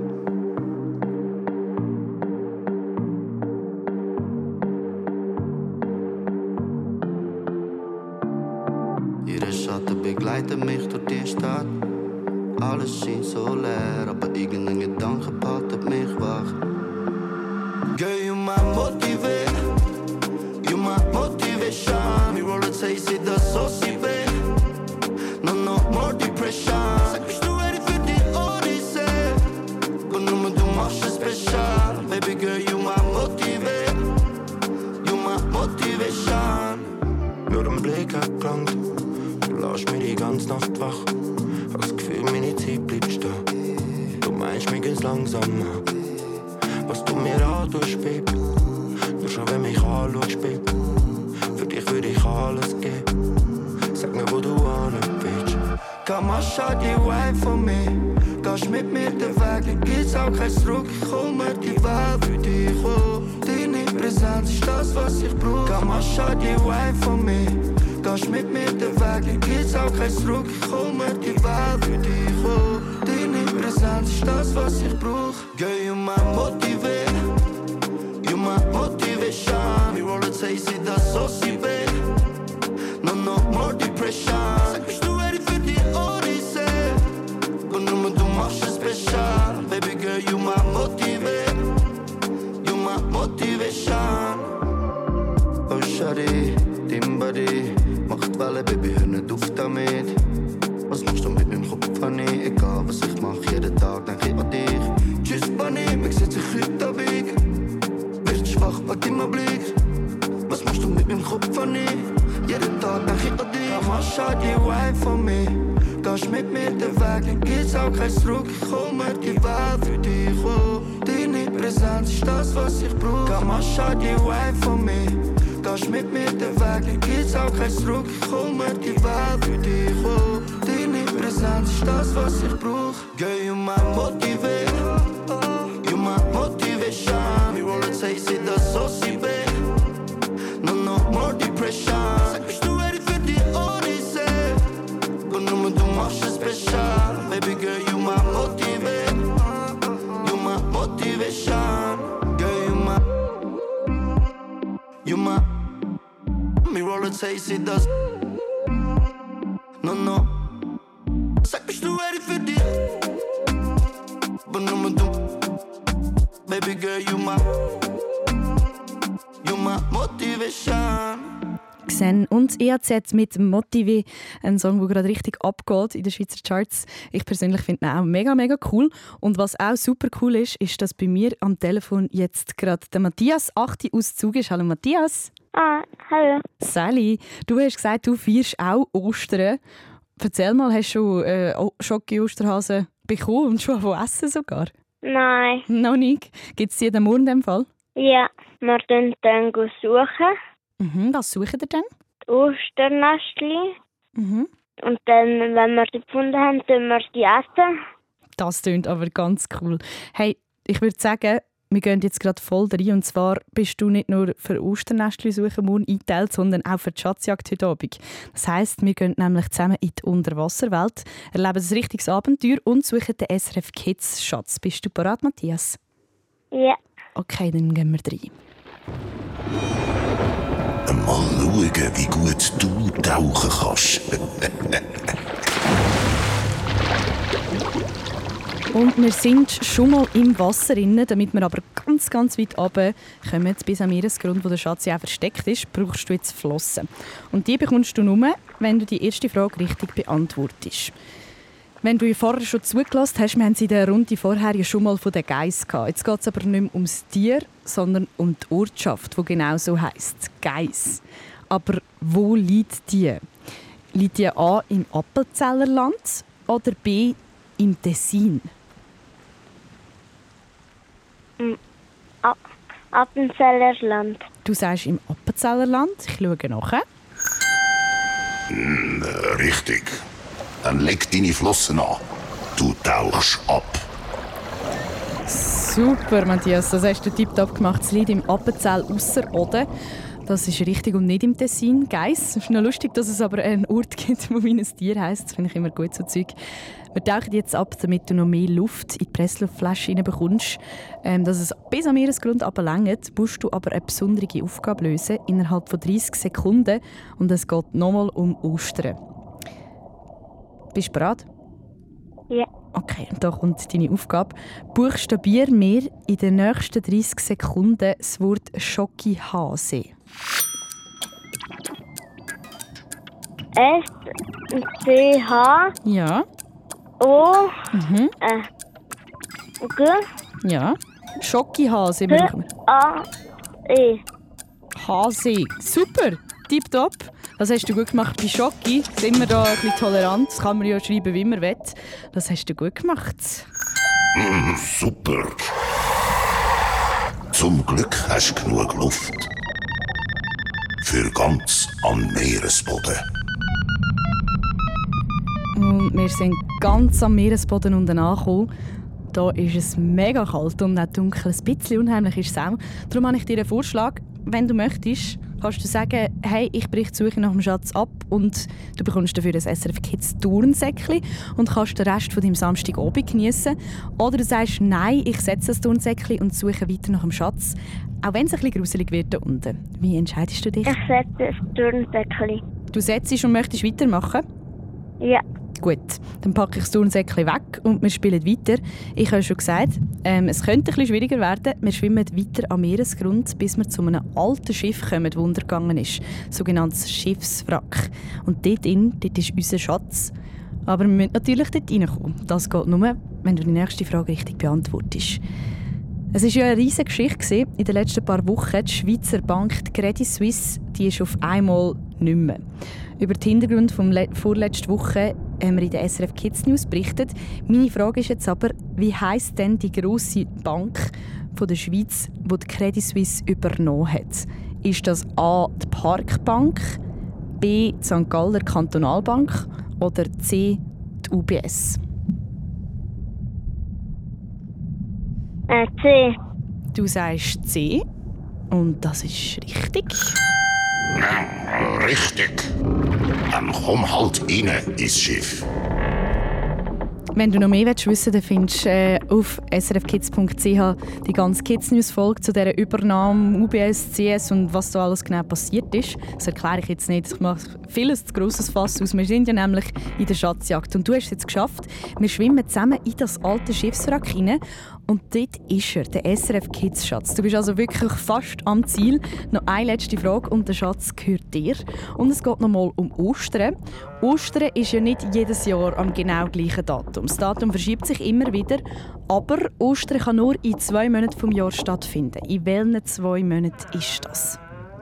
Jeder Schatten begleitet mich durch die Stadt. Alles scheint so leer, aber irgendein Gedanke behaltet mich wach. Girl, you my motivate. You my motivation. We roll a taste, it does so see, babe. No more depression. Sag, bist du ready für die Odyssee? Und nur du machst es special. Baby girl, you my motivate. You my motivation. Nur ein Blick hat gelangt. Du lässt mich die ganze Nacht wach. Hab das Gefühl, meine Zeit bleibt stehen. Du meinst, mir geht's langsamer. Was du mir antust, Baby. Nur schon wenn mich anschaust, Baby. Für dich würde ich alles geben. Sag mir, wo du hin willst. Komm, schau die Wein von mir. Gehst mit mir den Weg, dann gibt's auch kein Zurück. Ich hol mir die Welt für dich, oh. Deine Präsenz ist das, was ich brauch. Komm, schau die Wein von mir. Gehst mit mir den Weg, dann gibt's auch kein Zurück. Ich hol mir die Welt für dich, oh. Deine Präsenz ist das, was ich brauch. Girl, you my motivate. You my motivation. We roll a taste, it does so see, babe. No more depression. Sag, bist du ready für die Odyssee? Und nur du machst es special. Baby girl, you my motivate. You my motivation. Oh shawty, dein Body macht Welle, Baby, hör nicht auf damit. Was machst du mit meinem Kopf, Honey? Egal was ich mach, jeden Tag denk ich an dich. Tschüss, Bunny, mich setz ich heute Abend. Wirst schwach, pack immer Blick. Was machst du mit meinem Kopf, Honey? Jeden Tag denk ich an dich. Mach schau die Wein von mir. Gehst mit mir den Weg, dann gibt's auch kein Zurück. Ich hol mir die Welt für dich, oh. Deine Präsenz ist das, was ich brauch. Mach schau die Wein von mir. Gehst mit mir den Weg, dann gibt's auch kein Zurück. Ich hol mir die Welt für dich, oh. Deine Präsenz ist das, was ich brauch. Girl, you my motivate. You my motivation. We roll a taste, it does so see, babe. No more depression. Sag, bist du ready für die Odyssee? Und nur du machst es special. Baby girl, you my motivate. You my motivation. Girl, you my me roll a taste, it does. No. Sag, bist du ready für die? Und nur du baby girl, you my motivation. Xen und EAZ mit «Motivé», ein Song, der gerade richtig abgeht in den Schweizer Charts. Ich persönlich finde ihn auch mega, mega cool. Und was auch super cool ist, ist, dass bei mir am Telefon jetzt gerade der Matthias 8 aus Zug ist. Hallo Matthias. Ah, hallo. Sally, du hast gesagt, du feierst auch Ostern. Erzähl mal, hast du schon Schoki-Osterhasen bekommen und schon von essen sogar? Nein. Noch nicht? Gibt es die jeden Morgen in dem Fall? Ja, wir gehen dann suchen. Was suchen ihr denn? Die Osternestchen. Mhm. Und dann, wenn wir sie gefunden haben, dann wir die essen. Das klingt aber ganz cool. Hey, ich würde sagen, wir gehen jetzt gerade voll rein. Und zwar bist du nicht nur für Osternestchen suchen morgen eingeteilt, sondern auch für die Schatzjagd heute Abend. Das heisst, wir gehen nämlich zusammen in die Unterwasserwelt, erleben ein richtiges Abenteuer und suchen den SRF Kids Schatz. Bist du bereit, Matthias? Ja. Okay, dann gehen wir rein. Mal schauen, wie gut du tauchen kannst. Und wir sind schon mal im Wasser drin, damit wir aber ganz, ganz weit runter kommen, bis am Meeresgrund, wo der Schatz ja auch versteckt ist, brauchst du jetzt Flossen. Und die bekommst du nur, wenn du die erste Frage richtig beantwortest. Wenn du vorher schon zugelassen hast, wir haben sie in der Runde vorher ja schon mal von den Geiss gehabt. Jetzt geht es aber nicht mehr ums Tier, sondern um die Ortschaft, die genau so heisst, Geiss. Aber wo liegt die? Liegt die A im Appenzellerland oder B im Tessin? Appenzellerland. Du sagst im Appenzellerland. Ich schaue nachher. Richtig. Dann leg deine Flossen an. Du tauchst ab. Super, Matthias. Das hast du tipptopp gemacht. Es liegt im Appenzell Ausserrhoden. Das ist richtig und nicht im Tessin. Geiss. Es ist noch lustig, dass es aber einen Ort gibt, wo wie ein Tier heisst. Das finde ich immer gut, so Zeug. Wir tauchen jetzt ab, damit du noch mehr Luft in die Pressluftflasche reinbekommst. Dass es bis am Meeresgrund runterreicht, musst du aber eine besondere Aufgabe lösen, innerhalb von 30 Sekunden. Und es geht nochmal um Ostern. Bist du bereit? Ja. Okay, und da kommt deine Aufgabe. Buchstabier mir in den nächsten 30 Sekunden das Wort Schoki-Hase. S-C-H. Ja. O. G. Ja. Schoki-Hase. H-A-E. Hase. Super. Tipptopp. Das hast du gut gemacht bei Schoki. Sind wir da ein bisschen tolerant. Das kann man ja schreiben, wie man will. Das hast du gut gemacht. Super. Zum Glück hast du genug Luft. Für ganz am Meeresboden. Und wir sind ganz am Meeresboden unten angekommen. Da ist es mega kalt und auch dunkel. Ein bisschen unheimlich ist es auch. Darum habe ich dir einen Vorschlag. Wenn du möchtest, kannst du sagen, hey, ich breche die Suche nach dem Schatz ab und du bekommst dafür ein SRF Kids Turnsäckchen und kannst den Rest von deinem Samstagabend geniessen. Oder du sagst, nein, ich setze das Turnsäckchen und suche weiter nach dem Schatz, auch wenn es ein bisschen gruselig wird da unten. Wie entscheidest du dich? Ich setze das Turnsäckchen. Du setzt und möchtest weitermachen? Ja. Gut, dann packe ich das Turnsäckchen weg und wir spielen weiter. Ich habe schon gesagt, es könnte ein bisschen schwieriger werden. Wir schwimmen weiter am Meeresgrund, bis wir zu einem alten Schiff kommen, das untergegangen ist. Sogenanntes Schiffswrack. Und dort ist unser Schatz. Aber wir müssen natürlich dort reinkommen. Das geht nur, wenn du die nächste Frage richtig beantwortest. Es war ja eine riesige Geschichte in den letzten paar Wochen. Die Schweizer Bank die Credit Suisse, die ist auf einmal nicht mehr. Über den Hintergrund von vorletzter Woche haben wir in der SRF Kids News berichtet. Meine Frage ist jetzt aber, wie heisst denn die grosse Bank von der Schweiz, die die Credit Suisse übernommen hat? Ist das A. die Parkbank, B. die St. Galler Kantonalbank oder C. die UBS? C. Du sagst C und das ist richtig. Richtig. Dann komm halt rein ins Schiff. Wenn du noch mehr wissen willst, dann findest du auf srfkids.ch die ganze Kids-News-Folge zu dieser Übernahme, UBS, CS und was da alles genau passiert ist. Das erkläre ich jetzt nicht. Ich mache vieles zu grosses Fass aus. Wir sind ja nämlich in der Schatzjagd und du hast es jetzt geschafft. Wir schwimmen zusammen in das alte Schiffswrack rein Und dort ist er, der SRF Kids Schatz. Du bist also wirklich fast am Ziel. Noch eine letzte Frage und der Schatz gehört dir. Und es geht nochmal um Ostern. Ostern ist ja nicht jedes Jahr am genau gleichen Datum. Das Datum verschiebt sich immer wieder. Aber Ostern kann nur in 2 Monaten vom Jahr stattfinden. In welchen 2 Monaten ist das?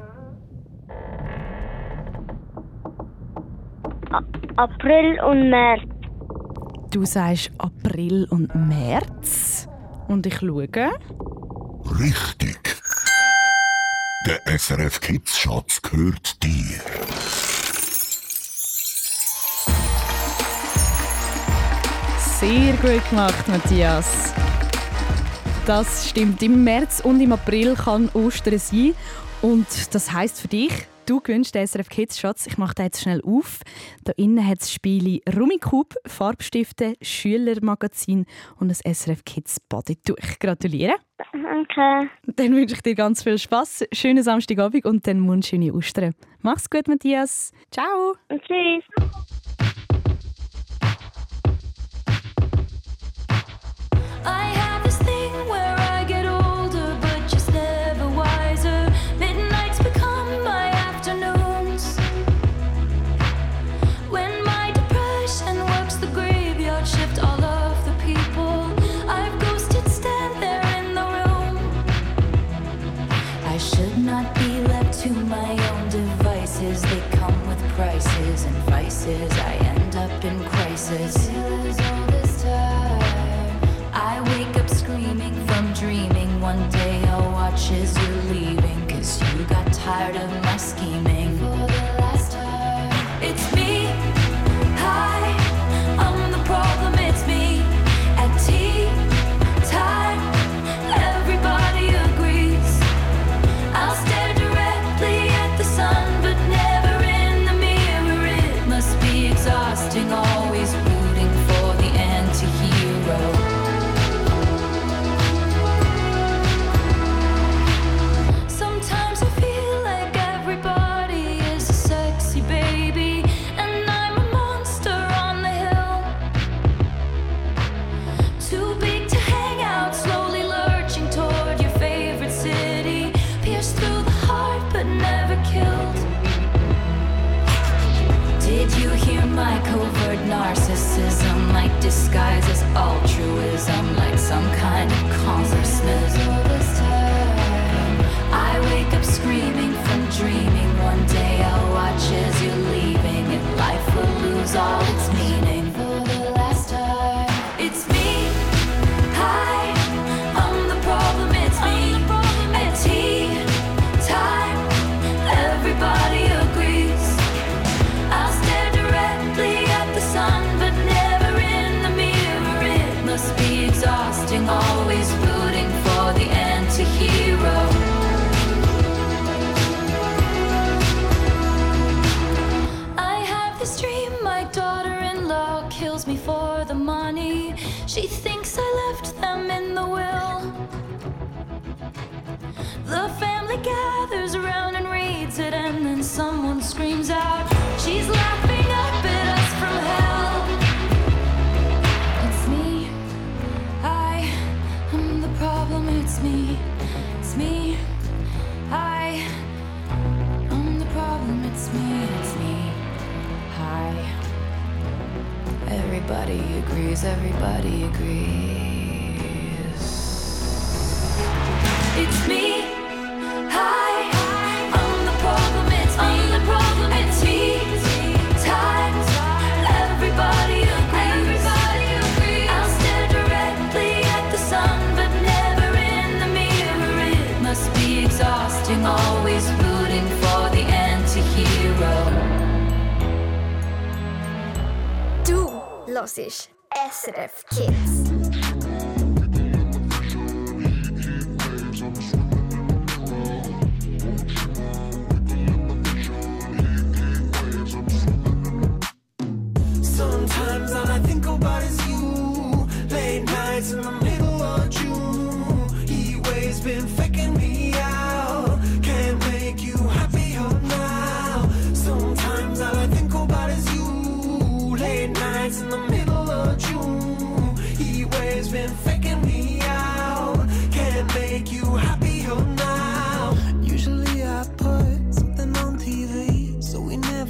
April und März. Du sagst April und März. Und ich schaue. Richtig. Der SRF Kids Schatz gehört dir. Sehr gut gemacht, Matthias. Das stimmt. Im März und im April kann Ostern sein. Und das heisst für dich, du gewinnst den SRF Kids Schatz. Ich mache den jetzt schnell auf. Da innen hat es Spiele Rummikub, Farbstifte, Schülermagazin und ein SRF Kids Badetuch. Gratuliere. Danke. Dann wünsche ich dir ganz viel Spass, schönen Samstagabend und dann schöne Ostern. Mach's gut, Matthias. Ciao. Und tschüss. I have this thing where I get older, but just never wiser. Midnights become my afternoons. When my depression works the graveyard shift, all of the people I've ghosted stand there in the room. I should not be left to my own devices. They come with prices and vices. I end up in crisis. All this time I wake up screaming from dreaming. One day I'll watch as you're leaving, 'cause you got tired of my scheming. For the last time, it's me. Hi, I'm the problem, it's me. At tea time, everybody agrees. I'll stare directly at the sun, but never in the mirror. It must be exhausting, always rooting for the anti-hero. Sometimes I feel like everybody is a sexy baby, and I'm a monster on the hill. Too big to hang out, slowly lurching toward your favorite city. Pierced through the heart, but never killed. Did you hear my covert narcissism? Like disguise as altruism, like some kind of congressman. All this time I wake up screaming from dreaming. One day I'll watch as you're leaving, and life will lose all its meaning. For the last time, it's me. Hi, I'm the problem, it's me. At tea time, everybody agrees. I'll stare directly at the sun, but never in the mirror. It must be exhausting, always rooting for the anti-hero. I have this dream, my daughter-in-law kills me for the money. She thinks I left them in the will. The family gathers around and reads it, and then someone screams out, she's laughing up at us from hell. It's me. I am the problem, it's me. It's me. I am the problem, it's me. It's me. Hi. Everybody agrees, everybody agrees. It's me. Hi, I'm the problem, it's me. I'm the problem, it's me. Times, everybody agrees. I'll stare directly at the sun, but never in the mirror. It must be exhausting, always rooting for the anti-hero. Du hörst SRF Kids. Sometimes all I think about is you. Late nights in the middle of June. He waves been faking me out. Can't make you happier now. Sometimes all I think about is you. Late nights in the middle of June. He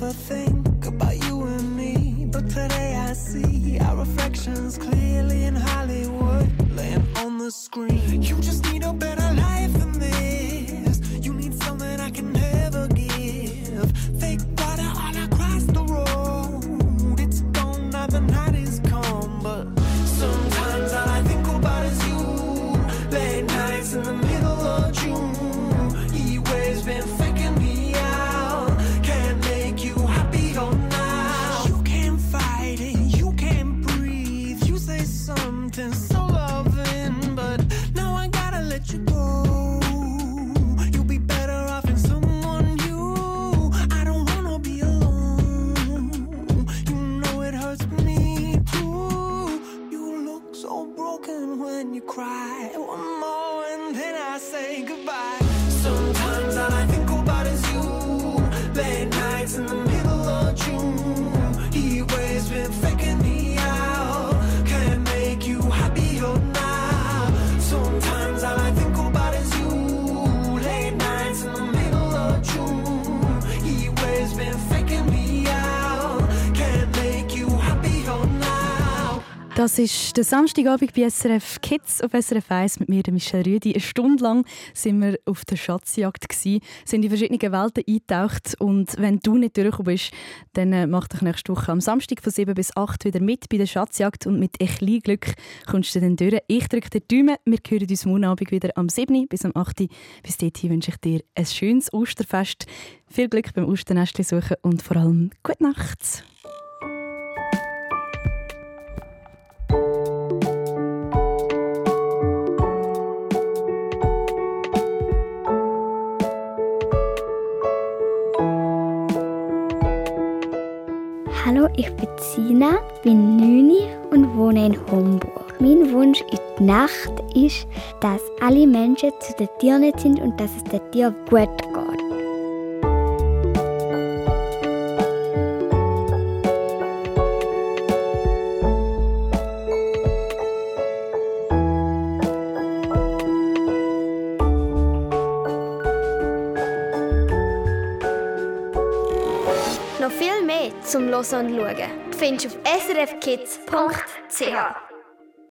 never think about you and me, but today I see our reflections clearly in Hollywood, laying on the screen. You just need a better life than this. You need something I can never give. Fake water all across the road. It's gone now, the night is come, but sometimes all I think about is you. Late nights in the middle of June. He waves been faking me out. Can't make you happier now. You can't fight it, you can't breathe. You say something so loving, but now I gotta let you go. You'll be better off in someone new. I don't wanna be alone. You know it hurts me too. You look so broken when you cry. One more and then I say goodbye. Sometimes all I think about is you. Late nights in the middle of June. He waves been faking me out. Can't make you happier now. Sometimes all I think about is you. Late nights in the middle of June. He waves been faking me out. Can't make you happier now. Das ist der Samstagabend bei SRF Kids auf SRF 1 mit mir, Michelle Rüdi. Eine Stunde lang sind wir auf der Schatzjagd gsi, sind in verschiedene Welten eingetaucht. Und wenn du nicht durchgekommen bist, dann mach dich nächste Woche am Samstag von 7 bis 8 wieder mit bei der Schatzjagd und mit ein bisschen Glück kommst du dann durch. Ich drücke dir die Daumen. Wir hören uns morgen Abend wieder am 7. bis am 8. Bis dahin wünsche ich dir ein schönes Osterfest. Viel Glück beim Osternestchen suchen und vor allem gute Nacht. Hallo, ich bin Sina, bin 9 und wohne in Homburg. Mein Wunsch in der Nacht ist, dass alle Menschen zu den Tieren nett sind und dass es den Tieren gut geht. Noch viel mehr zum Hören und Schauen findest du auf srfkids.ch.